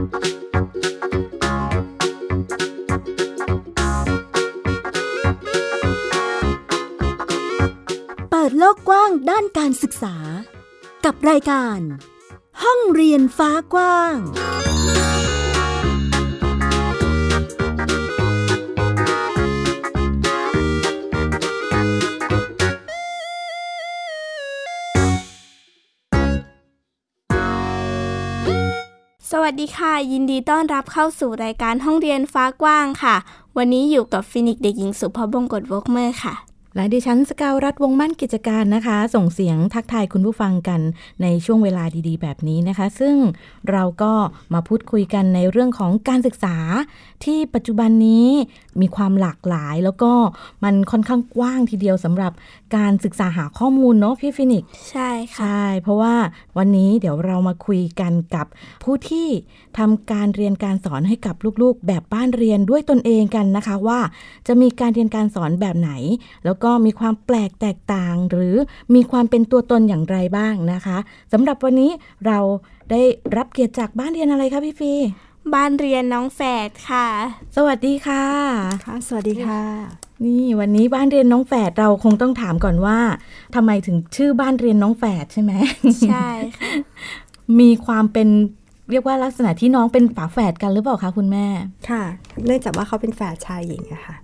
เปิดโลกกว้างด้านการศึกษากับรายการห้องเรียนฟ้ากว้างสวัสดีค่ะยินดีต้อนรับเข้าสู่รายการห้องเรียนฟ้ากว้างค่ะวันนี้อยู่กับฟินิกซ์เด็กหญิงสุภบงกตวอล์กเมอร์ค่ะและดิฉันสกาวรัตน์วงมั่นกิจการนะคะส่งเสียงทักทายคุณผู้ฟังกันในช่วงเวลาดีๆแบบนี้นะคะซึ่งเราก็มาพูดคุยกันในเรื่องของการศึกษาที่ปัจจุบันนี้มีความหลากหลายแล้วก็มันค่อนข้างกว้างทีเดียวสำหรับการศึกษาหาข้อมูลเนาะพี่ฟินิกซ์ใช่ค่ะใช่เพราะว่าวันนี้เดี๋ยวเรามาคุยกันกับผู้ที่ทำการเรียนการสอนให้กับลูกๆแบบบ้านเรียนด้วยตนเองกันนะคะว่าจะมีการเรียนการสอนแบบไหนแล้วก็มีความแปลกแตกต่างหรือมีความเป็นตัวตนอย่างไรบ้างนะคะสำหรับวันนี้เราได้รับเกียรติจากบ้านเรียนอะไรคะพี่ฟีบ้านเรียนน้องแฝดค่ะสวัสดีค่ะค่ะสวัสดีค่ะนี่วันนี้บ้านเรียนน้องแฝดเราคงต้องถามก่อนว่าทำไมถึงชื่อบ้านเรียนน้องแฝดใช่ไหมใช่ค่ะมีความเป็นเรียกว่าลักษณะที่น้องเป็นฝาแฝดกันหรือเปล่าคะคุณแม่ค่ะเนื่องจากว่าเขาเป็นแฝดชายหญิงอะค่ะ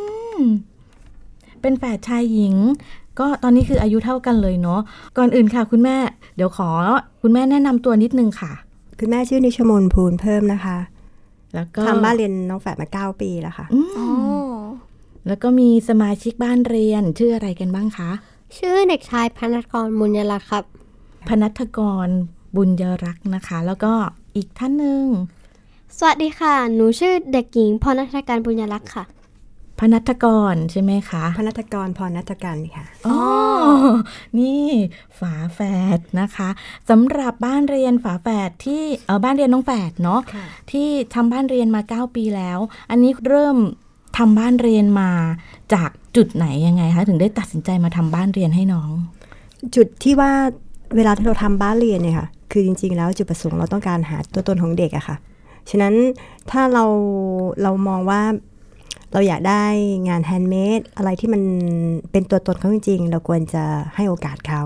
เป็นแฝดชายหญิงก็ตอนนี้คืออายุเท่ากันเลยเนาะก่อนอื่นค่ะคุณแม่เดี๋ยวขอคุณแม่แนะนำตัวนิดนึงค่ะคุณแม่ชื่อนิชมนภูลเพิ่มนะคะแล้วก็ทำบ้านเรียนน้องแฝดมา9 ปีแล้วค่ะแล้วก็มีสมาชิกบ้านเรียนชื่ออะไรกันบ้างคะชื่อเด็กชายพนัทกรบุญยรักษ์ครับพนัทกรบุญยรักษ์นะคะแล้วก็อีกท่านนึงสวัสดีค่ะหนูชื่อเด็กหญิงพรณัฐการบุญยรักษ์ค่ะพนัทกรใช่ไหมคะพนัทกรพรณัฐการค่ะอ๋อนี่ฝาแฝดนะคะสำหรับบ้านเรียนฝาแฝดที่บ้านเรียนน้องแฝดเนาะที่ทำบ้านเรียนมา9 ปีแล้วอันนี้เริ่มทำบ้านเรียนมาจากจุดไหนยังไงคะถึงได้ตัดสินใจมาทำบ้านเรียนให้น้องจุดที่ว่าเวลาที่เราทำบ้านเรียนเนี่ยค่ะคือจริงๆแล้วจุดประสงค์เราต้องการหาตัวตนของเด็กอะค่ะฉะนั้นถ้าเรามองว่าเราอยากได้งานแฮนด์เมดอะไรที่มันเป็นตัวตนเขาจริงๆเราควรจะให้โอกาสเขา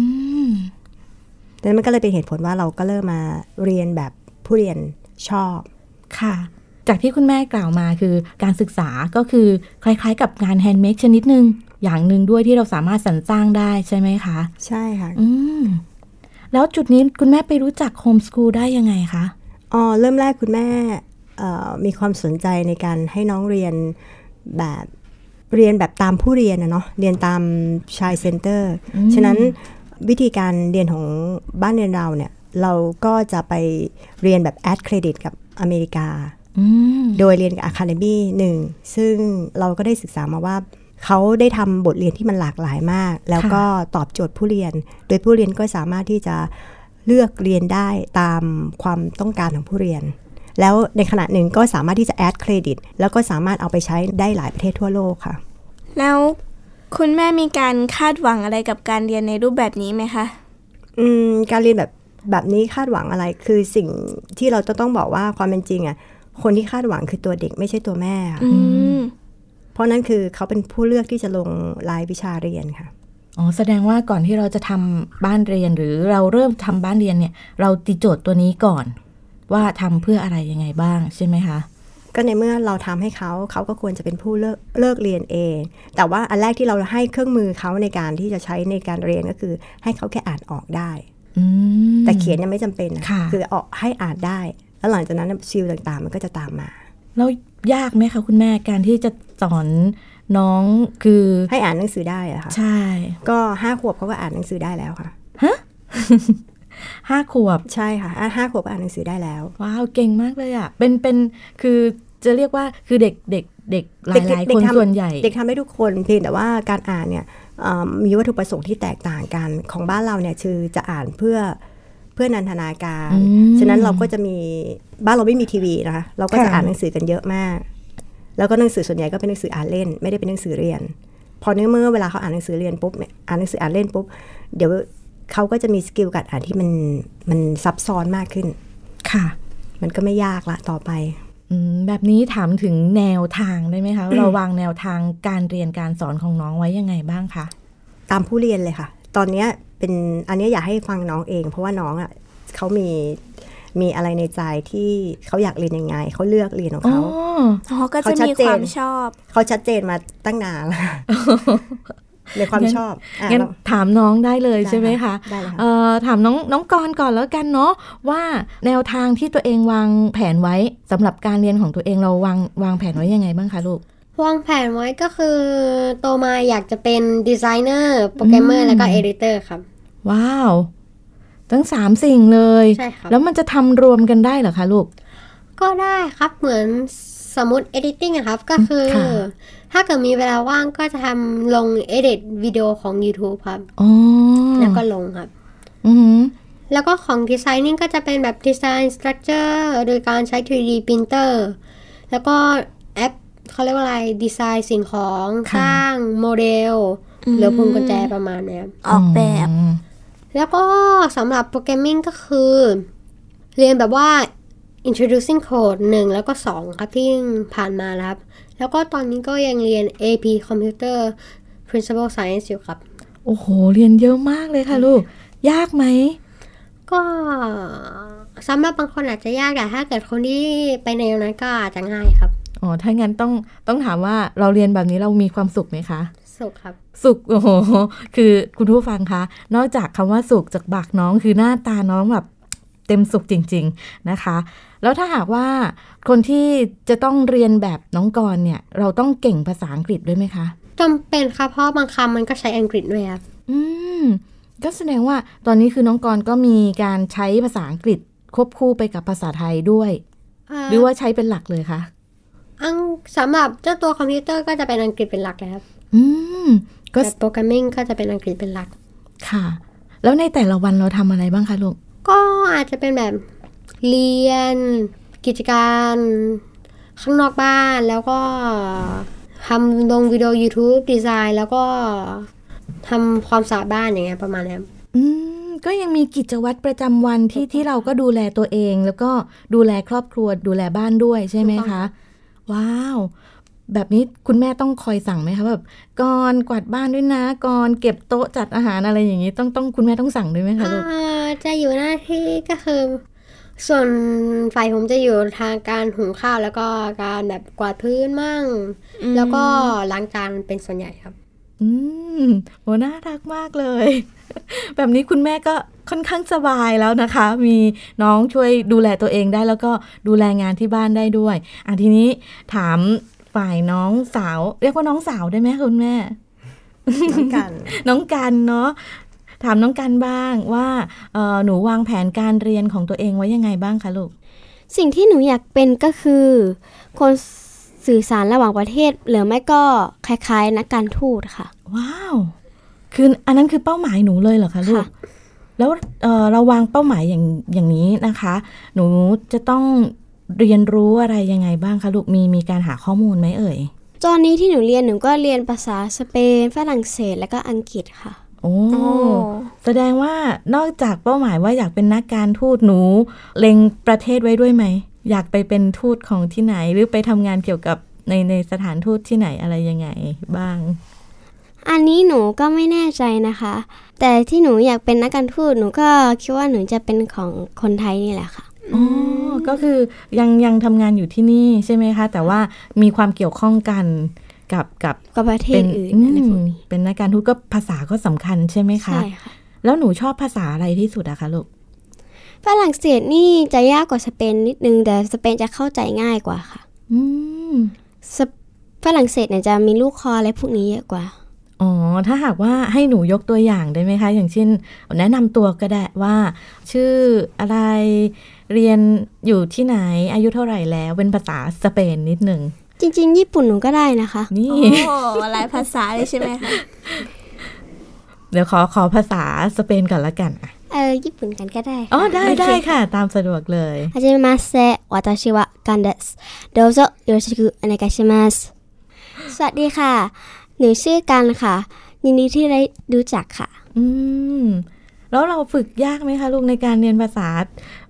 ดังนั้นมันก็เลยเป็นเหตุผลว่าเราก็เริ่มมาเรียนแบบผู้เรียนชอบค่ะจากที่คุณแม่กล่าวมาคือการศึกษาก็คือคล้ายๆกับงานแฮนด์เมดชนิดนึงอย่างหนึ่งด้วยที่เราสามารถสรรสร้างได้ใช่ไหมคะใช่ค่ะแล้วจุดนี้คุณแม่ไปรู้จักโฮมสคูลได้ยังไงคะเริ่มแรกคุณแม่มีความสนใจในการให้น้องเรียนแบบตามผู้เรียนนะเนาะเรียนตามชายเซ็นเตอร์ฉะนั้นวิธีการเรียนของบ้านเรียนเราเนี่ยเราก็จะไปเรียนแบบแอดเครดิตกับอเมริกาโดยเรียนกับ Academy 1ซึ่งเราก็ได้ศึกษามาว่าเขาได้ทำบทเรียนที่มันหลากหลายมากแล้วก็ตอบโจทย์ผู้เรียนโดยผู้เรียนก็สามารถที่จะเลือกเรียนได้ตามความต้องการของผู้เรียนแล้วในขณะหนึ่งก็สามารถที่จะแอดเครดิตแล้วก็สามารถเอาไปใช้ได้หลายประเทศทั่วโลกค่ะแล้วคุณแม่มีการคาดหวังอะไรกับการเรียนในรูปแบบนี้ไหมคะการเรียนแบบนี้คาดหวังอะไรคือสิ่งที่เราจะต้องบอกว่าความเป็นจริงอ่ะคนที่คาดหวังคือตัวเด็กไม่ใช่ตัวแม่เพราะนั้นคือเขาเป็นผู้เลือกที่จะลงรายวิชาเรียนค่ะแสดงว่าก่อนที่เราจะทำบ้านเรียนหรือเราเริ่มทำบ้านเรียนเนี่ยเราตีโจทย์ตัวนี้ก่อนว่าทำเพื่ออะไรยังไงบ้างใช่ไหมคะก็ในเมื่อเราทำให้เขาก็ควรจะเป็นผู้เลิกเรียนเองแต่ว่าอันแรกที่เราให้เครื่องมือเขาในการที่จะใช้ในการเรียนก็คือให้เขาแค่อ่านออกได้แต่เขียนยังไม่จำเป็นคือออกให้อ่านได้แล้วหลังจากนั้นสกิลต่างๆมันก็จะตามมาแล้วยากไหมคะคุณแม่การที่จะสอนน้องคือให้อ่านหนังสือได้อะค่ะใช่ก็5 ขวบเขาก็อ่านหนังสือได้แล้วค่ะฮะ5 ขวบใช่ค่ะ5 ขวบอ่านหนังสือได้แล้วว้าวเก่งมากเลยอ่ะเป็นคือจะเรียกว่าคือเด็กหลายคนส่วนใหญ่เด็กทำได้ทุกคนเพียงแต่ว่าการอ่านเนี่ยมีวัตถุประสงค์ที่แตกต่างกันของบ้านเราเนี่ยคือจะอ่านเพื่อนันทนาการฉะนั้นเราก็จะมีบ้านเราไม่มีทีวีนะคะเราก็จะอ่านหนังสือกันเยอะมากแล้วก็หนังสือส่วนใหญ่ก็เป็นหนังสืออ่านเล่นไม่ได้เป็นหนังสือเรียนพอเมื่อเวลาเขาอ่านหนังสือเรียนปุ๊บเนี่ยอ่านหนังสืออ่านเล่นปุ๊บเดี๋ยวเขาก็จะมีสกิลการอ่านที่มันซับซ้อนมากขึ้นค่ะมันก็ไม่ยากละต่อไปแบบนี้ถามถึงแนวทางได้ไหมคะ เราวางแนวทางการเรียนการสอนของน้องไว้ยังไงบ้างคะตามผู้เรียนเลยค่ะตอนนี้เป็นอันนี้อยากให้ฟังน้องเองเพราะว่าน้องอ่ะเขามีอะไรในใจที่เขาอยากเรียนยังไงเขาเลือกเรียนของเขาก็จะมีความชอบเขาชัดเจนมาตั้งนานแล้วในความชอบงั้นถามน้องได้เลยใช่ไหมคะได้เลยค่ะถามน้องกรก่อนแล้วกันเนาะว่าแนวทางที่ตัวเองวางแผนไว้สำหรับการเรียนของตัวเองเราวางแผนไว้ยังไงบ้างคะลูกวางแผนไว้ก็คือโตมาอยากจะเป็นดีไซเนอร์โปรแกรมเมอร์แล้วก็เอดิเตอร์ครับว้าวทั้ง3สิ่งเลยใช่ครับแล้วมันจะทำรวมกันได้เหรอคะลูกก็ได้ครับเหมือนสมมุติ editing อะครับก็คือถ้าเกิดมีเวลาว่างก็จะทำลง edit วิดีโอของ YouTube ครับแล้วก็ลงครับแล้วก็ของ designing ก็จะเป็นแบบ design structure โดยการใช้ 3D printer แล้วก็แอปเขาเรียกว่าอะไรดีไซน์สิ่งของสร้างโมเดลหรือพวงกุญแจประมาณนี้ออกแบบแล้วก็สำหรับโปรแกรมมิ่งก็คือเรียนแบบว่า introducing code 1แล้วก็2ครับที่ผ่านมาครับแล้วก็ตอนนี้ก็ยังเรียน AP Computer Principal Science อยู่ครับโอ้โหเรียนเยอะมากเลยค่ะลูกยากไหมก็สำหรับบางคนอาจจะยากแต่ถ้าเกิดคนที่ไปในนั้นก็อาจจะง่ายครับถ้างั้นต้องถามว่าเราเรียนแบบนี้เรามีความสุขไหมคะสุขครับสุขโอ้โหคือคุณผู้ฟังคะนอกจากคำว่าสุขจากปากน้องคือหน้าตาน้องแบบเต็มสุขจริงๆนะคะแล้วถ้าหากว่าคนที่จะต้องเรียนแบบน้องกรเนี่ยเราต้องเก่งภาษาอังกฤษด้วยไหมคะจำเป็นค่ะเพราะบางคำมันก็ใช้อังกฤษด้วยครับก็แสดงว่าตอนนี้คือน้องกรก็มีการใช้ภาษาอังกฤษควบคู่ไปกับภาษาไทยด้วยหรือว่าใช้เป็นหลักเลยคะสำหรับเจ้าตัวคอมพิวเตอร์ก็จะเป็นอังกฤษเป็นหลักเลยครับก็โปรแกรมมิ่งก็จะเป็นอังกฤษเป็นหลักค่ะแล้วในแต่ละวันเราทำอะไรบ้างคะลูกก็อาจจะเป็นแบบเรียนกิจการข้างนอกบ้านแล้วก็ทำลงวิดีโอ YouTube ดีไซน์แล้วก็ทำความสะอาดบ้านอย่างเงี้ยประมาณนี้ก็ยังมีกิจวัตรประจำวันที่เราก็ดูแลตัวเองแล้วก็ดูแลครอบครัวดูแลบ้านด้วยใช่ไหมคะว้าวแบบนี้คุณแม่ต้องคอยสั่งไหมคะแบบก่อนกวาดบ้านด้วยนะก่อนเก็บโต๊ะจัดอาหารอะไรอย่างนี้ต้องคุณแม่ต้องสั่งด้วยไหมคะลูกจะอยู่หน้าที่ก็คือส่วนฝ่ายผมจะอยู่ทางการหุงข้าวแล้วก็การแบบกวาดพื้นมั่งแล้วก็ล้างจานเป็นส่วนใหญ่ครับโหน่ารักมากเลยแบบนี้คุณแม่ก็ค่อนข้างสบายแล้วนะคะมีน้องช่วยดูแลตัวเองได้แล้วก็ดูแลงานที่บ้านได้ด้วยทีนี้ถามฝ่ายน้องสาวเรียกว่าน้องสาวได้ไหมคุณแม่น้องกันน้องกันเนาะถามน้องกันบ้างว่าหนูวางแผนการเรียนของตัวเองไว้ยังไงบ้างคะลูกสิ่งที่หนูอยากเป็นก็คือคนสื่อสารระหว่างประเทศหรือไม่ก็คล้ายๆนักการทูตค่ะว้าวคืออันนั้นคือเป้าหมายหนูเลยเหรอคะลูกแล้วเราวางเป้าหมายอย่างนี้นะคะหนูจะต้องเรียนรู้อะไรยังไงบ้างคะลูกมีการหาข้อมูลไหมเอ่ยตอนนี้ที่หนูเรียนหนูก็เรียนภาษาสเปนฝรั่งเศสและก็อังกฤษค่ะโอ้แสดงว่านอกจากเป้าหมายว่าอยากเป็นนักการทูตหนูเล็งประเทศไว้ด้วยไหมอยากไปเป็นทูตของที่ไหนหรือไปทำงานเกี่ยวกับในสถานทูตที่ไหนอะไรยังไงบ้างอันนี้หนูก็ไม่แน่ใจนะคะแต่ที่หนูอยากเป็นนักการทูตหนูก็คิดว่าหนูจะเป็นของคนไทยนี่แหละค่ะก็คือยังทำงานอยู่ที่นี่ใช่ไหมคะแต่ว่ามีความเกี่ยวข้องกันกับประเทศอื่นเป็นนักการทูตก็ภาษาก็สำคัญใช่ไหมคะใช่ค่ะแล้วหนูชอบภาษาอะไรที่สุดอะคะลูกฝรั่งเศสนี่จะยากกว่าสเปนนิดนึงแต่สเปนจะเข้าใจง่ายกว่าค่ะฝรั่งเศสเนี่ยจะมีลูกคออะไรพวกนี้เยอะกว่าถ้าหากว่าให้หนูยกตัวอย่างได้ไหมคะอย่างเช่นแนะนำตัวก็ได้ว่าชื่ออะไรเรียนอยู่ที่ไหนอายุเท่าไหร่แล้วเป็นภาษาสเปนนิดหนึ่งจริงๆญี่ปุ่นหนูก็ได้นะคะนี่หลายภาษาเลยใช่ไหมคะเดี๋ยวขอภาษาสเปนก่อนละกันญี่ปุ่นกันก็ได้ได้ค่ะตามสะดวกเลยはじめまして私はガンですどうぞよろしくお願いしますสวัสดีค่ะหนูชื่อกันค่ะยินดีที่ได้รู้จักค่ะแล้วเราฝึกยากไหมคะลูกในการเรียนภาษา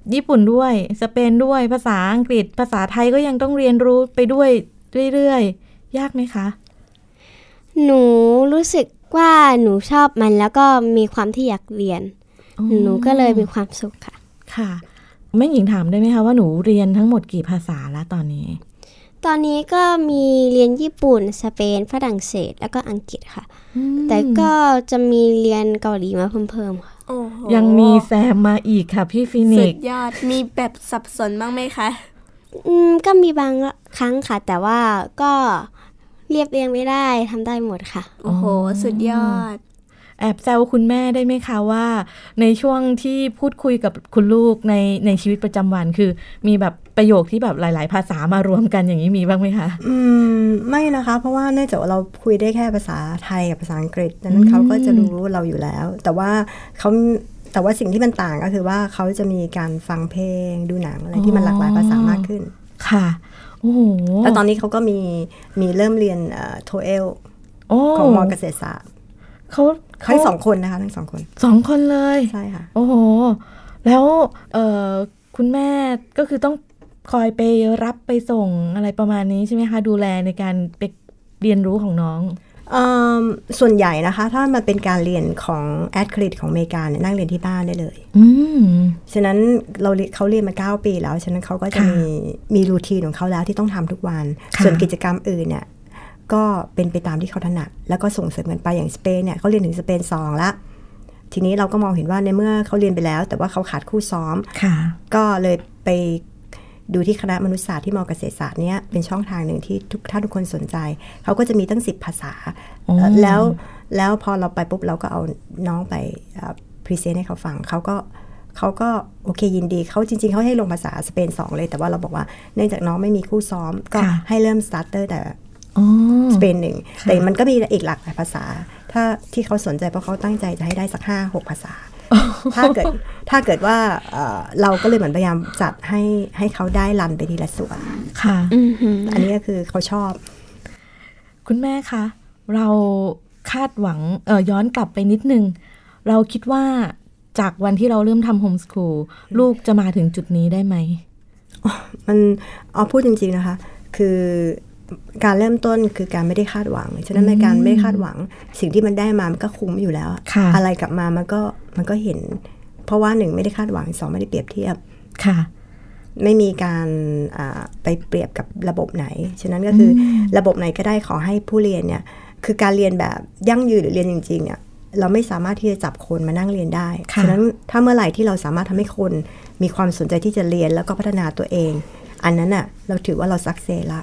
ญี่ปุ่นด้วยสเปนด้วยภาษาอังกฤษภาษาไทยก็ยังต้องเรียนรู้ไปด้วยเรื่อยๆยากไหมคะหนูรู้สึกว่าหนูชอบมันแล้วก็มีความที่อยากเรียนหนูก็เลยมีความสุขค่ะค่ะแม่หญิงถามได้ไหมคะว่าหนูเรียนทั้งหมดกี่ภาษาแล้วตอนนี้ก็มีเรียนญี่ปุ่นสเปนฝรั่งเศสแล้วก็อังกฤษค่ะแต่ก็จะมีเรียนเกาหลีมาเพิ่มๆค่ะยังมีแซมมาอีกค่ะพี่ฟินิกซ์สุดยอดมีแบบสับสนบ้างไหมคะก็มีบางครั้งค่ะแต่ว่าก็เรียบเรียงไม่ได้ทำได้หมดค่ะโอ้โหสุดยอดแอบแซวคุณแม่ได้ไหมคะว่าในช่วงที่พูดคุยกับคุณลูกในชีวิตประจำวันคือมีแบบประโยคที่แบบหลายๆภาษามารวมกันอย่างนี้มีบ้างไหมคะไม่นะคะเพราะว่าเนื่องจากเราคุยได้แค่ภาษาไทยกับภาษาอังกฤษดังนั้นเขาก็จะรู้เราอยู่แล้วแต่ว่าสิ่งที่มันต่างก็คือว่าเขาจะมีการฟังเพลงดูหนังอะไรที่มันหลากหลายภาษามากขึ้นค่ะโอ้โหแล้วตอนนี้เขาก็มีเริ่มเรียนTOEFL ของม.เกษตรศาสตร์ทั้ง2 คนนะคะทั้ง2 คนเลยใช่ค่ะโอ้โหแล้วคุณแม่ก็คือต้องคอยไปรับไปส่งอะไรประมาณนี้ใช่ไหมคะดูแลในการไปเรียนรู้ของน้องส่วนใหญ่นะคะถ้ามันเป็นการเรียนของ Ad Credit ของอเมริกาเนี่ยนั่งเรียนที่บ้านได้เลยฉะนั้นเขาเรียนมา9 ปีแล้วฉะนั้นเขาก็จะมีรูทีนของเขาแล้วที่ต้องทำทุกวันส่วนกิจกรรมอื่นเนี่ยก็เป็นไปตามที่เขาถนัดแล้วก็ส่งเสริมกันไปอย่างสเปนเนี่ยเขาเรียนถึงสเปน2ละทีนี้เราก็มองเห็นว่าในเมื่อเขาเรียนไปแล้วแต่ว่าเขาขาดคู่ซ้อมก็เลยไปดูที่คณะมนุษยศาสตร์ที่ม.เกษตรศาสตร์เนี่ยเป็นช่องทางหนึ่งที่ถ้าทุกคนสนใจเขาก็จะมีตั้ง10 ภาษาแล้วพอเราไปปุ๊บเราก็เอาน้องไปพรีเซนต์ให้เขาฟังเขาก็โอเคยินดีเขาจริงๆเขาให้ลงภาษาสเปน2เลยแต่ว่าเราบอกว่าเนื่องจากน้องไม่มีคู่ซ้อมก็ให้เริ่มสตาร์เตอร์แต่สเปน1แต่มันก็มีอีกหลากหลายภาษาถ้าที่เขาสนใจเพราะเขาตั้งใจจะให้ได้สัก 5-6 ภาษาถ้าเกิดว่าเราก็เลยเหมือนพยายามจัดให้เขาได้รันไปทีละส่วนค่ะอันนี้ก็คือเขาชอบคุณแม่คะเราคาดหวังย้อนกลับไปนิดนึงเราคิดว่าจากวันที่เราเริ่มทำโฮมสคูลลูกจะมาถึงจุดนี้ได้ไหมมันพูดจริงๆนะคะคือการเริ่มต้นคือการไม่ได้คาดหวังฉะนั้นในการไม่ได้คาดหวังสิ่งที่มันได้มามันก็คุ้มอยู่แล้วอะไรกลับมามันก็เห็นเพราะว่า1ไม่ได้คาดหวัง2ไม่ได้เปรียบเทียบค่ะไม่มีการไปเปรียบกับระบบไหนฉะนั้นก็คือระบบไหนก็ได้ขอให้ผู้เรียนเนี่ยคือการเรียนแบบยั่งยืนหรือเรียนจริงๆเนี่ยเราไม่สามารถที่จะจับคนมานั่งเรียนได้ฉะนั้นถ้าเมื่อไหร่ที่เราสามารถทำให้คนมีความสนใจที่จะเรียนแล้วก็พัฒนาตัวเองอันนั้นน่ะเราถือว่าเราสักเซสละ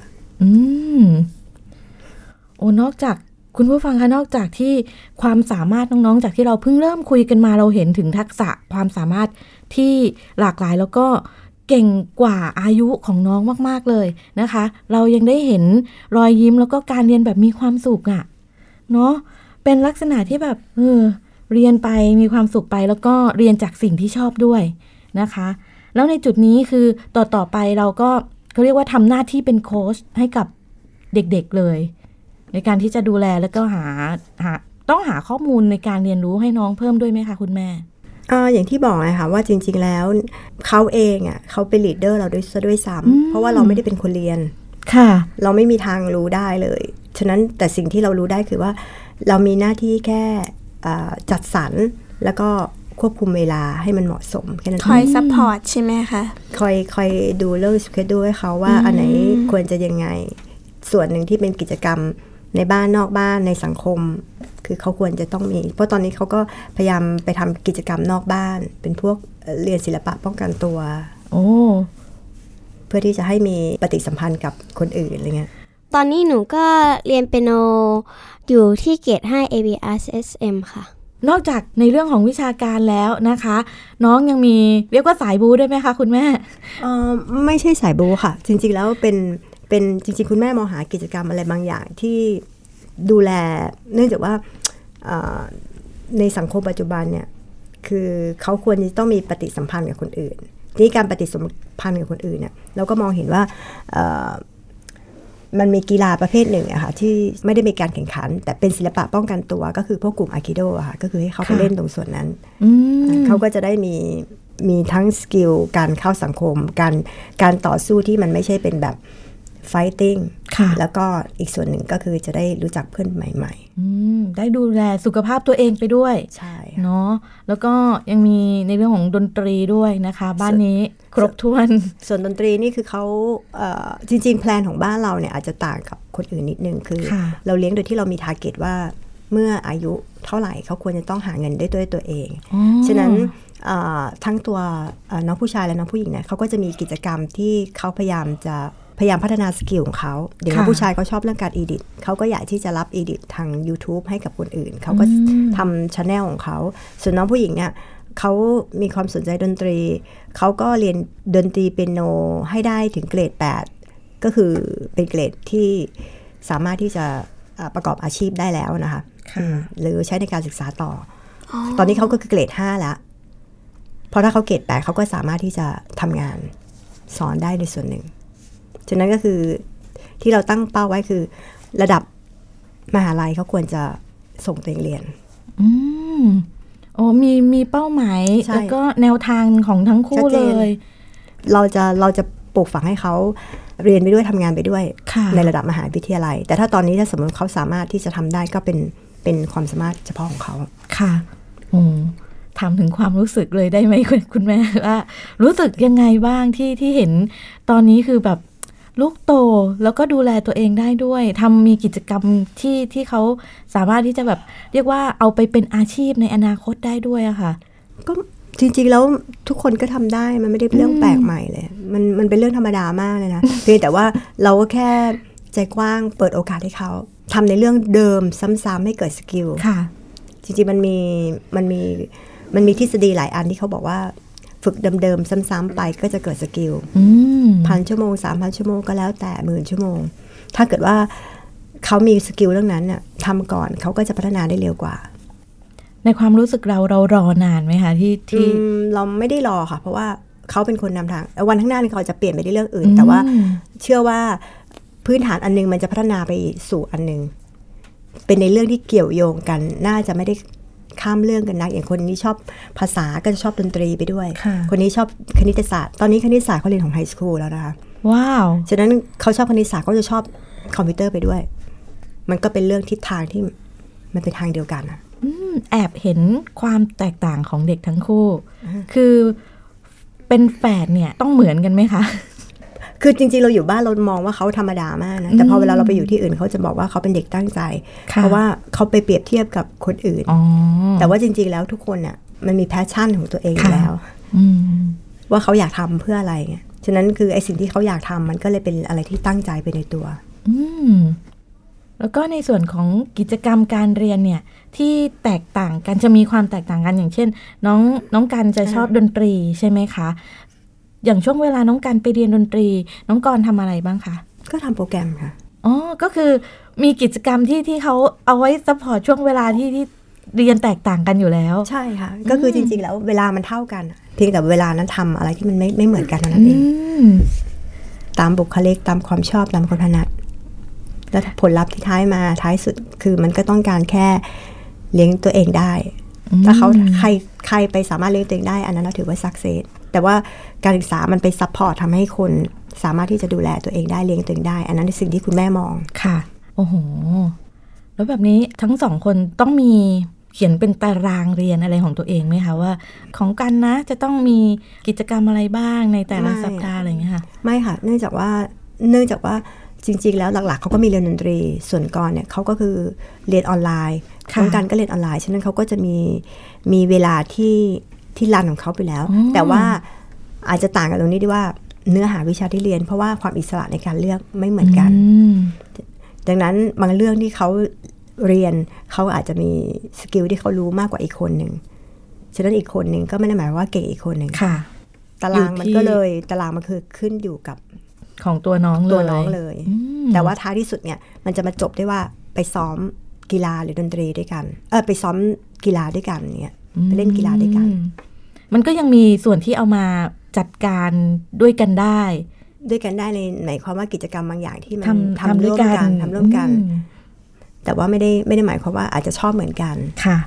โอ้นอกจากคุณผู้ฟังคะนอกจากที่ความสามารถน้องๆจากที่เราเพิ่งเริ่มคุยกันมาเราเห็นถึงทักษะความสามารถที่หลากหลายแล้วก็เก่งกว่าอายุของน้องมากๆเลยนะคะเรายังได้เห็นรอยยิ้มแล้วก็การเรียนแบบมีความสุขอะเนาะเป็นลักษณะที่แบบเรียนไปมีความสุขไปแล้วก็เรียนจากสิ่งที่ชอบด้วยนะคะแล้วในจุดนี้คือต่อไปเราก็เขาเรียกว่าทำหน้าที่เป็นโค้ชให้กับเด็กๆเลยในการที่จะดูแลแล้วก็ต้องหาข้อมูลในการเรียนรู้ให้น้องเพิ่มด้วยไหมคะคุณแม่อย่างที่บอกนะคะว่าจริงๆแล้วเขาเองอ่ะเขาเป็นลีดเดอร์เราด้วยซ้ำเพราะว่าเราไม่ได้เป็นคนเรียนค่ะเราไม่มีทางรู้ได้เลยฉะนั้นแต่สิ่งที่เรารู้ได้คือว่าเรามีหน้าที่แค่จัดสรรแล้วก็ควบคุมเวลาให้มันเหมาะสมแค่นั้นคอยซัพพอร์ตใช่ไหมคะคอยดูเรื่องสเกดูให้เขาว่าอันไหนควรจะยังไงส่วนหนึ่งที่เป็นกิจกรรมในบ้านนอกบ้านในสังคมคือเขาควรจะต้องมีเพราะตอนนี้เขาก็พยายามไปทำกิจกรรมนอกบ้านเป็นพวกเรียนศิลปะป้องกันตัวเพื่อที่จะให้มีปฏิสัมพันธ์กับคนอื่นอะไรเงี้ยตอนนี้หนูก็เรียนเปียโนอยู่ที่เกรด5 ABRSM ค่ะนอกจากในเรื่องของวิชาการแล้วนะคะน้องยังมีเรียกว่าสายบูด้วยไหมคะคุณแม่ไม่ใช่สายบูค่ะจริงๆแล้วเป็นจริงๆคุณแม่มองหากิจกรรมอะไรบางอย่างที่ดูแลเนื่องจากว่าในสังคมปัจจุบันเนี่ยคือเขาควรจะต้องมีปฏิสัมพันธ์กับคนอื่นนี่การปฏิสัมพันธ์กับคนอื่นเนี่ยเราก็มองเห็นว่ามันมีกีฬาประเภทหนึ่งอะค่ะที่ไม่ได้มีการแข่งขันแต่เป็นศิลปะป้องกันตัวก็คือพวกกลุ่มอาคิโดอะค่ะก็คือให้เขาไปเล่นตรงส่วนนั้นเขาก็จะได้มีทั้งสกิลการเข้าสังคมการต่อสู้ที่มันไม่ใช่เป็นแบบ fighting แล้วก็อีกส่วนหนึ่งก็คือจะได้รู้จักเพื่อนใหม่ๆได้ดูแลสุขภาพตัวเองไปด้วยใช่เนาะแล้วก็ยังมีในเรื่องของดนตรีด้วยนะคะบ้านนี้ครบถ้วนส่วนดนตรีนี่คือเขาจริงๆแพลนของบ้านเราเนี่ยอาจจะต่างกับคนอื่นนิดนึงคือเราเลี้ยงโดยที่เรามีทาร์เก็ตว่าเมื่ออายุเท่าไหร่เขาควรจะต้องหาเงินได้ด้วยตัวเองฉะนั้นทั้งตัวน้องผู้ชายและน้องผู้หญิงเนี่ยเขาก็จะมีกิจกรรมที่เขาพยายามพัฒนาสกิลของเขาเด็กผู้ชายเขาชอบเรื่องการอีดิทเขาก็อยากที่จะรับอีดิททาง YouTube ให้กับคนอื่นเขาก็ทำชาแนลของเขาส่วนน้องผู้หญิงเนี่ยเขามีความสนใจดนตรีเขาก็เรียนดนตรีเปียโนให้ได้ถึงเกรด8ก็คือเป็นเกรดที่สามารถที่จะประกอบอาชีพได้แล้วนะคะหรือใช้ในการศึกษาต่อตอนนี้เขาก็คือเกรด5แล้วเพราะถ้าเขาเกรด8เขาก็สามารถที่จะทำงานสอนได้ในส่วนหนึ่งฉะนั้นก็คือที่เราตั้งเป้าไว้คือระดับมหาลัยเขาควรจะส่งตัวเองเรียนมีเป้าหมายแล้วก็แนวทางของทั้งคู่เลยเราจะปลูกฝังให้เขาเรียนไปด้วยทำงานไปด้วยในระดับมหาวิทยาลัยแต่ถ้าตอนนี้ถ้าสมมติเขาสามารถที่จะทำได้ก็เป็นความสามารถเฉพาะของเขาค่ะถามถึงความรู้สึกเลยได้ไหมคุณแม่ว่ารู้สึกยังไงบ้างที่เห็นตอนนี้คือแบบลูกโตแล้วก็ดูแลตัวเองได้ด้วยมีกิจกรรมที่เขาสามารถที่จะแบบเรียกว่าเอาไปเป็นอาชีพในอนาคตได้ด้วยอะค่ะก็จริงๆแล้วทุกคนก็ทำได้มันไม่ได้เป็นเรื่องแปลกใหม่เลยมันเป็นเรื่องธรรมดามากเลยนะเพียงแต่ว่าเราก็แค่ใจกว้างเปิดโอกาสให้เขาทำในเรื่องเดิมซ้ำๆให้เกิดสกิลค่ะจริงๆมันมีทฤษฎีหลายอันที่เขาบอกว่าฝึกเดิมๆซ้ำๆไปก็จะเกิดสกิล1,000 ชั่วโมง 3,000 ชั่วโมงก็แล้วแต่10,000 ชั่วโมงถ้าเกิดว่าเขามีสกิลเรื่องนั้นน่ะทำก่อนเขาก็จะพัฒนาได้เร็วกว่าในความรู้สึกเรารอนานไหมคะที่เราไม่ได้รอค่ะเพราะว่าเขาเป็นคนนำทางวันข้างหน้าเขาจะเปลี่ยนไปในเรื่องอื่นแต่ว่าเชื่อว่าพื้นฐานอันนึงมันจะพัฒนาไปสู่อันนึงเป็นในเรื่องที่เกี่ยวโยงกันน่าจะไม่ได้ข้ามเรื่องกันนักอย่างคนนี้ชอบภาษาก็จะชอบดนตรีไปด้วยคนนี้ชอบคณิตศาสตร์ตอนนี้คณิตศาสตร์เขาเรียนของไฮสคูลแล้วนะคะว้าวฉะนั้นเขาชอบคณิตศาสตร์เขาจะชอบคอมพิวเตอร์ไปด้วยมันก็เป็นเรื่องทิศทางที่มันเป็นทางเดียวกันนะแอบเห็นความแตกต่างของเด็กทั้งคู่คือเป็นแฝดเนี่ยต้องเหมือนกันไหมคะคือจริงๆเราอยู่บ้านเรามองว่าเขาธรรมดามากนะแต่พอเวลาเราไปอยู่ที่อื่นเขาจะบอกว่าเขาเป็นเด็กตั้งใจเพราะว่าเขาไปเปรียบเทียบกับคนอื่นแต่ว่าจริงๆแล้วทุกคนเนี่ยมันมีแพชชั่นของตัวเองอยู่แล้วว่าเขาอยากทำเพื่ออะไรไงฉะนั้นคือไอ้สิ่งที่เขาอยากทำมันก็เลยเป็นอะไรที่ตั้งใจไปในตัวแล้วก็ในส่วนของกิจกรรมการเรียนเนี่ยที่แตกต่างกันจะมีความแตกต่างกันอย่างเช่นน้องกันจะชอบดนตรีใช่ไหมคะอย่างช่วงเวลาน้องกันไปเรียนดนตรีน้องกรทำอะไรบ้างคะก็ทำโปรแกรมค่ะก็คือมีกิจกรรมที่เขาเอาไว้ซัพพอร์ตช่วงเวลาที่เรียนแตกต่างกันอยู่แล้วใช่ค่ะก็คือจริงๆแล้วเวลามันเท่ากันเพียงแต่เวลานั้นทำอะไรที่มันไม่เหมือนกันนั่นเองตามบุคลิกตามความชอบตามความถนัดแล้วผลลัพธ์ที่ท้ายสุดคือมันก็ต้องการแค่เลี้ยงตัวเองได้ถ้าเขาใครไปสามารถเลี้ยงตัวเองได้อันนั้นเราถือว่าสักเซสแต่ว่าการศึกษามันไปซัพพอร์ตทำให้คนสามารถที่จะดูแลตัวเองได้เลี้ยงตัวเองได้อันนั้นเป็นสิ่งที่คุณแม่มองค่ะโอ้โหแล้วแบบนี้ทั้งสองคนต้องมีเขียนเป็นตารางเรียนอะไรของตัวเองไหมคะว่าของกันนะจะต้องมีกิจกรรมอะไรบ้างในแต่ละสัปดาห์อะไรอย่างเงี้ยค่ะไม่ค่ะเนื่องจากว่าจริงๆแล้วหลักๆเขาก็มีเรียนดนตรีส่วนก่อนเนี่ยเขาก็คือเรียนออนไลน์น้องกันก็เรียนออนไลน์ฉะนั้นเขาก็จะมีเวลาที่รันของเขาไปแล้วแต่ว่าอาจจะต่างกันตรงนี้ด้วยว่าเนื้อหาวิชาที่เรียนเพราะว่าความอิสระในการเลือกไม่เหมือนกันดังนั้นบางเรื่องที่เขาเรียนเขาอาจจะมีสกิลที่เขารู้มากกว่าอีกคนหนึ่งฉะนั้นอีกคนหนึ่งก็ไม่ได้หมายว่าเก่งอีกคนหนึ่งตารางมันคือขึ้นอยู่กับของตัวน้องเลยแต่ว่าท้ายที่สุดเนี่ยมันจะมาจบได้ว่าไปซ้อมกีฬาหรือดนตรีด้วยกันไปซ้อมกีฬาด้วยกันเนี่ยไปเล่นกีฬาด้วยกันมันก็ยังมีส่วนที่เอามาจัดการด้วยกันได้ในหมายความว่ากิจกรรมบางอย่างที่มันทำร่วมกันแต่ว่าไม่ได้หมายความว่าอาจจะชอบเหมือนกันค่ะ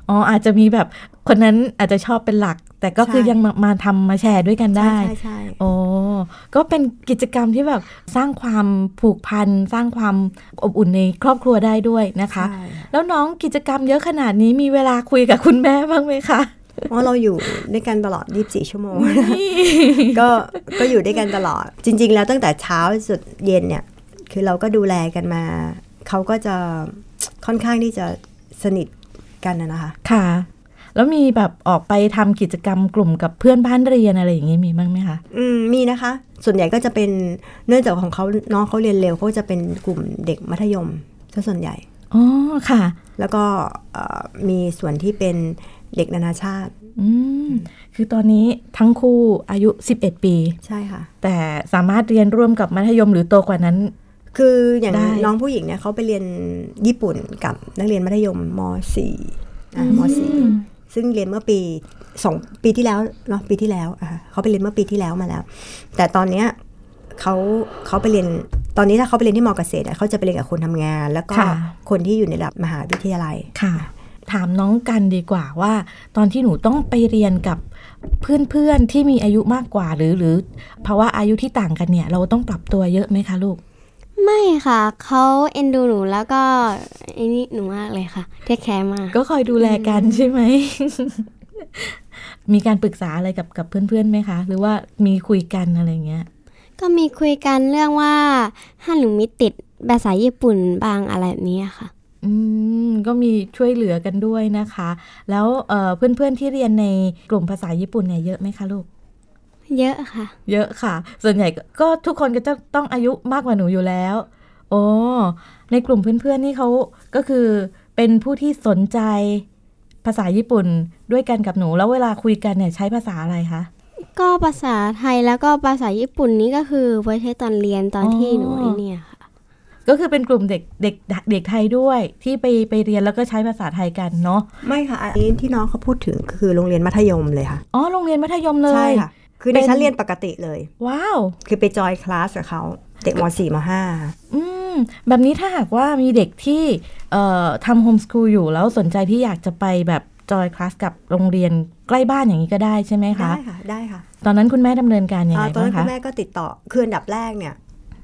อ๋ออาจจะมีแบบคนนั้นอาจจะชอบเป็นหลักแต่ก็คือยังมาทำมาแชร์ด้วยกันได้ใช่โอ้ก็เป็นกิจกรรมที่แบบสร้างความผูกพันสร้างความอบอุ่นในครอบครัวได้ด้วยนะคะแล้วน้องกิจกรรมเยอะขนาดนี้มีเวลาคุยกับคุณแม่บ้างไหมคะอ๋อเราอยู่ด้วยกันตลอด24ชั่วโมง ก็อยู่ด้วยกันตลอดจริงๆแล้วตั้งแต่เช้าสุดเย็นเนี่ยคือเราก็ดูแลกันมาเขาก็จะค่อนข้างที่จะสนิทกันนะคะค่ะแล้วมีแบบออกไปทำกิจกรรมกลุ่มกับเพื่อนบ้านเรียนอะไรอย่างนี้มีบ้างไหมคะมีนะคะส่วนใหญ่ก็จะเป็นเนื่องจากของเขาน้องเขาเรียนเร็วเขาจะเป็นกลุ่มเด็กมัธยมซะส่วนใหญ่อ๋อค่ะแล้วก็มีส่วนที่เป็นเด็กนานาชาติคือตอนนี้ทั้งคู่อายุ11ปีใช่ค่ะแต่สามารถเรียนร่วมกับมัธยมหรือโตกว่านั้นคืออย่างน้องผู้หญิงเนี่ยเขาไปเรียนญี่ปุ่นกับนักเรียนมัธยมม.4 ม.4 ซึ่งเรียนเมื่อ2 ปีที่แล้วเนาะปีที่แล้วเขาไปเรียนเมื่อปีที่แล้วมาแล้วแต่ตอนเนี้ยเขาไปเรียนตอนนี้ถ้าเขาไปเรียนที่ม.เกษตรเขาจะไปเรียนกับคนทำงานแล้วก็คนที่อยู่ในระดับมหาวิทยาลัยค่ะถามน้องกันดีกว่าว่าตอนที่หนูต้องไปเรียนกับเพื่อนๆที่มีอายุมากกว่าหรือภาวะอายุที่ต่างกันเนี่ยเราต้องปรับตัวเยอะไหมคะลูกไม่ค่ะเขาเอ็นดูหนูแล้วก็ไอ้นี่หนูมากเลยค่ะเทคแคร์มากก็คอยดูแลกันใช่ไหม มีการปรึกษาอะไรกับเพื่อนๆไหมคะหรือว่ามีคุยกันอะไรเงี้ยก็มีคุยกันเรื่องว่าถ้าหนูมีติดภาษาญี่ปุ่นบางอะไรแบบนี้ค่ะก็มีช่วยเหลือกันด้วยนะคะแล้วเพื่อนๆที่เรียนในกลุ่มภาษาญี่ปุ่นเนี่ยเยอะไหมคะลูกเยอะค่ะเยอะค่ะส่วนใหญ่ก็ทุกคนก็จะต้องอายุมากกว่าหนูอยู่แล้วโอ้ในกลุ่มเพื่อนๆนี่เขาก็คือเป็นผู้ที่สนใจภาษาญี่ปุ่นด้วยกันกับหนูแล้วเวลาคุยกันเนี่ยใช้ภาษาอะไรคะก็ภาษาไทยแล้วก็ภาษาญี่ปุ่นนี่ก็คือไว้ใช้ตอนเรียนตอนที่หนูเนี่ยค่ะก็คือเป็นกลุ่มเด็กไทยด้วยที่ไปเรียนแล้วก็ใช้ภาษาไทยกันเนาะไม่ค่ะอันนี้ที่น้องเขาพูดถึงคือโรงเรียนมัธยมเลยค่ะอ๋อโรงเรียนมัธยมเลยใช่ค่ะคือในชั้นเรียนปกติเลยว้าวคือไปจอยคลาสกับเขาเด็กม.4 ม .5 แบบนี้ถ้าหากว่ามีเด็กที่ทำโฮมสคูลอยู่แล้วสนใจที่อยากจะไปแบบจอยคลาสกับโรงเรียนใกล้บ้านอย่างนี้ก็ได้ใช่ไหมคะได้ค่ะตอนนั้นคุณแม่ดำเนินการยังไงบ้างคะตอนนั้นคุณแม่ก็ติดต่อคืออันดับแรกเนี่ย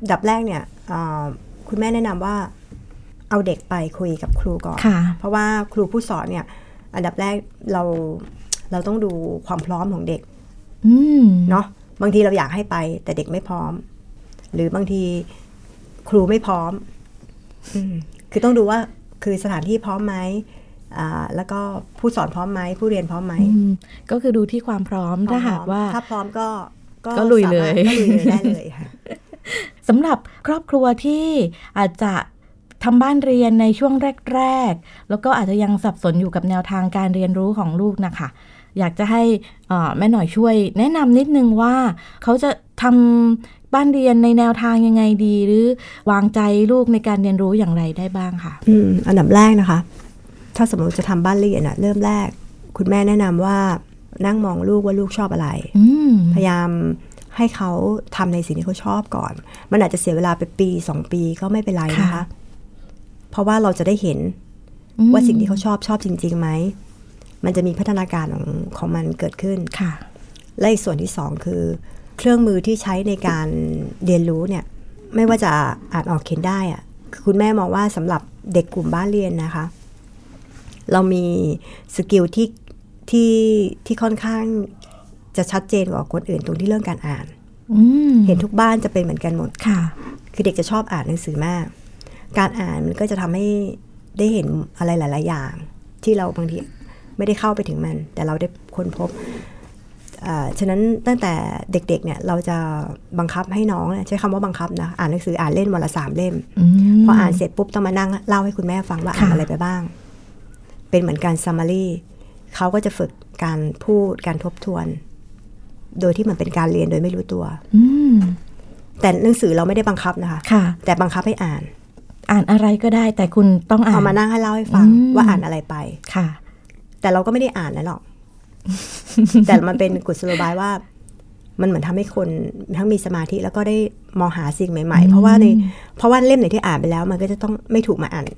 คุณแม่แนะนำว่าเอาเด็กไปคุยกับครูก่อนเพราะว่าครูผู้สอนเนี่ยอันดับแรกเราต้องดูความพร้อมของเด็กเนาะบางทีเราอยากให้ไปแต่เด็กไม่พร้อมหรือบางทีครูไม่พร้อมคือต้องดูว่าคือสถานที่พร้อมไหมแล้วก็ผู้สอนพร้อมไหมผู้เรียนพร้อมไหมก็คือดูที่ความพร้อมถ้าหากว่าถ้าพร้อมก็ลุยเลยได้เลยค่ะสำหรับครอบครัวที่อาจจะทำบ้านเรียนในช่วงแรกๆแล้วก็อาจจะยังสับสนอยู่กับแนวทางการเรียนรู้ของลูกนะคะอยากจะให้แม่หน่อยช่วยแนะนำนิดนึงว่าเขาจะทำบ้านเรียนในแนวทางยังไงดีหรือวางใจลูกในการเรียนรู้อย่างไรได้บ้างค่ะอันดับแรกนะคะถ้าสมมติจะทำบ้านเรียนเริ่มแรกคุณแม่แนะนำว่านั่งมองลูกว่าลูกชอบอะไรพยายามให้เขาทำในสิ่งที่เขาชอบก่อนมันอาจจะเสียเวลาไปปี2 ปีก็ไม่เป็นไรนะคะเพราะว่าเราจะได้เห็นว่าสิ่งที่เขาชอบจริงๆไหมมันจะมีพัฒนาการของมันเกิดขึ้นและอีกส่วนที่2คือเครื่องมือที่ใช้ในการเรียนรู้เนี่ยไม่ว่าจะอ่านออกเขียนได้อะคุณแม่มองว่าสำหรับเด็กกลุ่มบ้านเรียนนะคะเรามีสกิลที่ค่อนข้างจะชัดเจนกว่าคนอื่นตรงที่เรื่องการอ่านเห็นทุกบ้านจะเป็นเหมือนกันหมดคือเด็กจะชอบอ่านหนังสือมากการอ่านมันก็จะทำให้ได้เห็นอะไรหลายๆอย่างที่เราบางทีไม่ได้เข้าไปถึงมันแต่เราได้ค้นพบฉะนั้นตั้งแต่เด็กๆเนี่ยเราจะบังคับให้น้องใช้คำว่าบังคับนะอ่านหนังสืออ่านเล่นวันละ3 เล่มพออ่านเสร็จปุ๊บต้องมานั่งเล่าให้คุณแม่ฟังว่าอ่านอะไรไปบ้างเป็นเหมือนการ summary เขาก็จะฝึกการพูดการทบทวนโดยที่มันเป็นการเรียนโดยไม่รู้ตัวแต่หนังสือเราไม่ได้บังคับนะคะแต่บังคับให้อ่านอะไรก็ได้แต่คุณต้องอ่านเอามานั่งให้เล่าให้ฟังว่าอ่านอะไรไปค่ะแต่เราก็ไม่ได้อ่านนะหรอก แต่มันเป็นกุศโลบายว่ามันเหมือนทำให้คนทั้งมีสมาธิแล้วก็ได้มองหาสิ่งใหม่ๆเพราะว่าเล่มไหนที่อ่านไปแล้วมันก็จะต้องไม่ถูกมาอ่าน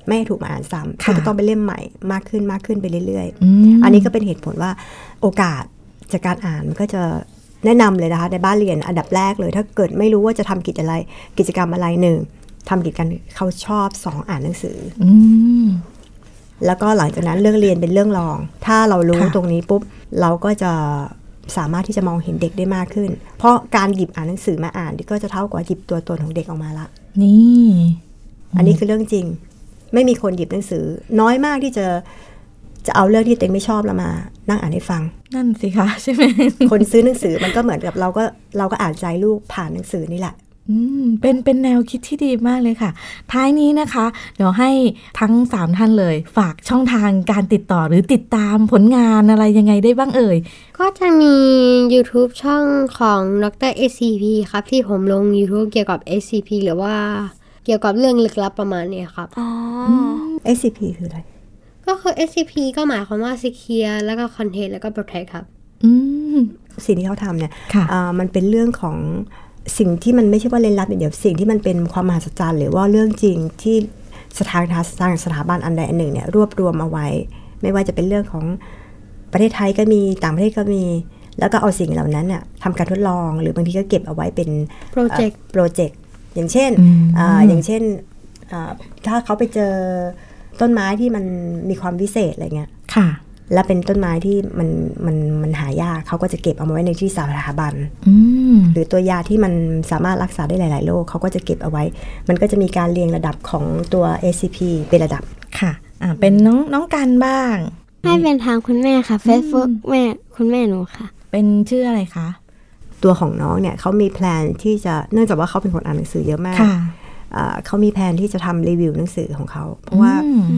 ไม่ให้ถูกมาอ่านซ้ำก็จะต้องเป็นเล่มใหม่มากขึ้นไปเรื่อยๆอันนี้ก็เป็นเหตุผลว่าโอกาสจากการอ่านมันก็จะแนะนำเลยนะคะในบ้านเรียนอันดับแรกเลยถ้าเกิดไม่รู้ว่าจะทำกิจกรรมอะไรหนึ่งทำกิจกรรมเขาชอบ2อ่านหนังสือแล้วก็หลังจากนั้นเรื่องเรียนเป็นเรื่องรองถ้าเรารู้ตรงนี้ปุ๊บเราก็จะสามารถที่จะมองเห็นเด็กได้มากขึ้นเพราะการหยิบอ่านหนังสือมาอ่านก็จะเท่ากับหยิบตัวตนของเด็กออกมาละนี่อันนี้คือเรื่องจริงไม่มีคนหยิบหนังสือน้อยมากที่จะเอาเรื่องที่ตัวเองไม่ชอบแล้วมานั่งอ่านให้ฟังนั่นสิคะใช่ไหมคนซื้อหนังสือมันก็เหมือนกับเราก็อ่านใจลูกผ่านหนังสือนี่แหละเป็นแนวคิดที่ดีมากเลยค่ะท้ายนี้นะคะเดี๋ยวให้ทั้ง3ท่านเลยฝากช่องทางการติดต่อหรือติดตามผลงานอะไรยังไงได้บ้างเอ่ยก็จะมี YouTube ช่องของดร. SCP ครับที่ผมลง YouTube เกี่ยวกับ SCP หรือว่าเกี่ยวกับเรื่องลึกลับประมาณนี้ครับ SCP คืออะไรก็คือ SCP ก็หมายความว่า Secure แล้วก็ Contain แล้วก็ Protect ครับสิ่งที่เขาทำเนี่ยมันเป็นเรื่องของสิ่งที่มันไม่ใช่ว่าเล่นลับอย่างเดียวสิ่งที่มันเป็นความมหัศจรรย์หรือว่าเรื่องจริงที่สถาบันอันใดอันหนึ่งเนี่ยรวบรวมเอาไว้ไม่ว่าจะเป็นเรื่องของประเทศไทยก็มีต่างประเทศก็มีแล้วก็เอาสิ่งเหล่านั้นเนี่ยทำการทดลองหรือบางทีก็เก็บเอาไว้เป็นโปรเจกต์อย่างเช่นถ้าเขาไปเจอต้นไม้ที่มันมีความวิเศษอะไรเงี้ยค่ะและเป็นต้นไม้ที่มันหายากเขาก็จะเก็บเอาไว้ในที่สถาบันหรือตัวยาที่มันสามารถรักษาได้หลายๆโรคเขาก็จะเก็บเอาไว้มันก็จะมีการเรียงระดับของตัว SCP เป็นระดับค่ะเป็นน้องกันบ้างให้เป็นทางคุณแม่ค่ะ Facebook คุณแม่หนูค่ะเป็นชื่ออะไรคะตัวของน้องเนี่ยเขามีแพลนที่จะเนื่องจากว่าเขาเป็นคนอ่านหนังสือเยอะมากเขามีแผนที่จะทำรีวิวหนังสือของเขาเพราะว่า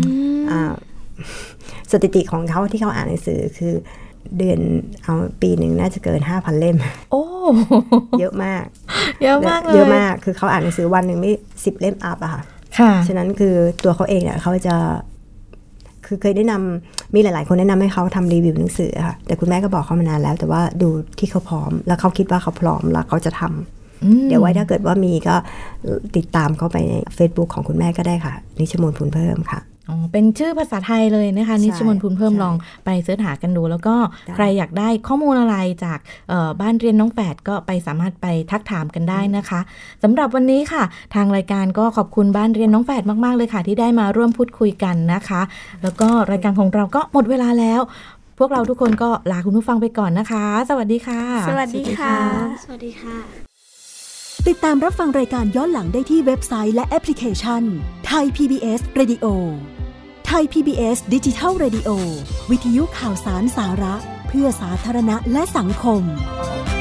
สถิติของเขาที่เขาอ่านหนังสือคือเดือนเอาปีหนึ่งน่าจะเกิน 5,000 เล่มโอ้เยอะมากเยอะมากเลยเยอะมากคือเขาอ่านหนังสือวันหนึ่งไม่10 เล่มอัพอะค่ะฉะนั้นคือตัวเขาเองเนี่ยเขาจะคือเคยแนะนำมีหลายๆคนแนะนำให้เขาทำรีวิวหนังสือค่ะแต่คุณแม่ก็บอกเขามานานแล้วแต่ว่าดูที่เขาพร้อมแล้วเขาคิดว่าเขาพร้อมแล้วเขาจะทำเดี๋ยวไว้ถ้าเกิดว่ามีก็ติดตามเขาไปใน Facebook ของคุณแม่ก็ได้ค่ะนิชมนต์พูนเพิ่มค่ะเป็นชื่อภาษาไทยเลยนะคะนิชมนต์พูนเพิ่มลองไปเสิร์ชหากันดูแล้วก็ใครอยากได้ข้อมูลอะไรจากบ้านเรียนน้องแฝดก็ไปสามารถไปทักถามกันได้นะคะสำหรับวันนี้ค่ะทางรายการก็ขอบคุณบ้านเรียนน้องแฝดมากๆเลยค่ะที่ได้มาร่วมพูดคุยกันนะคะแล้วก็รายการของเราก็หมดเวลาแล้วพวกเราทุกคนก็ลาคุณผู้ฟังไปก่อนนะคะสวัสดีค่ะสวัสดีค่ะสวัสดีค่ะติดตามรับฟังรายการย้อนหลังได้ที่เว็บไซต์และแอปพลิเคชัน Thai PBS Radio Thai PBS Digital Radio วิทยุข่าวสารสาระเพื่อสาธารณะและสังคม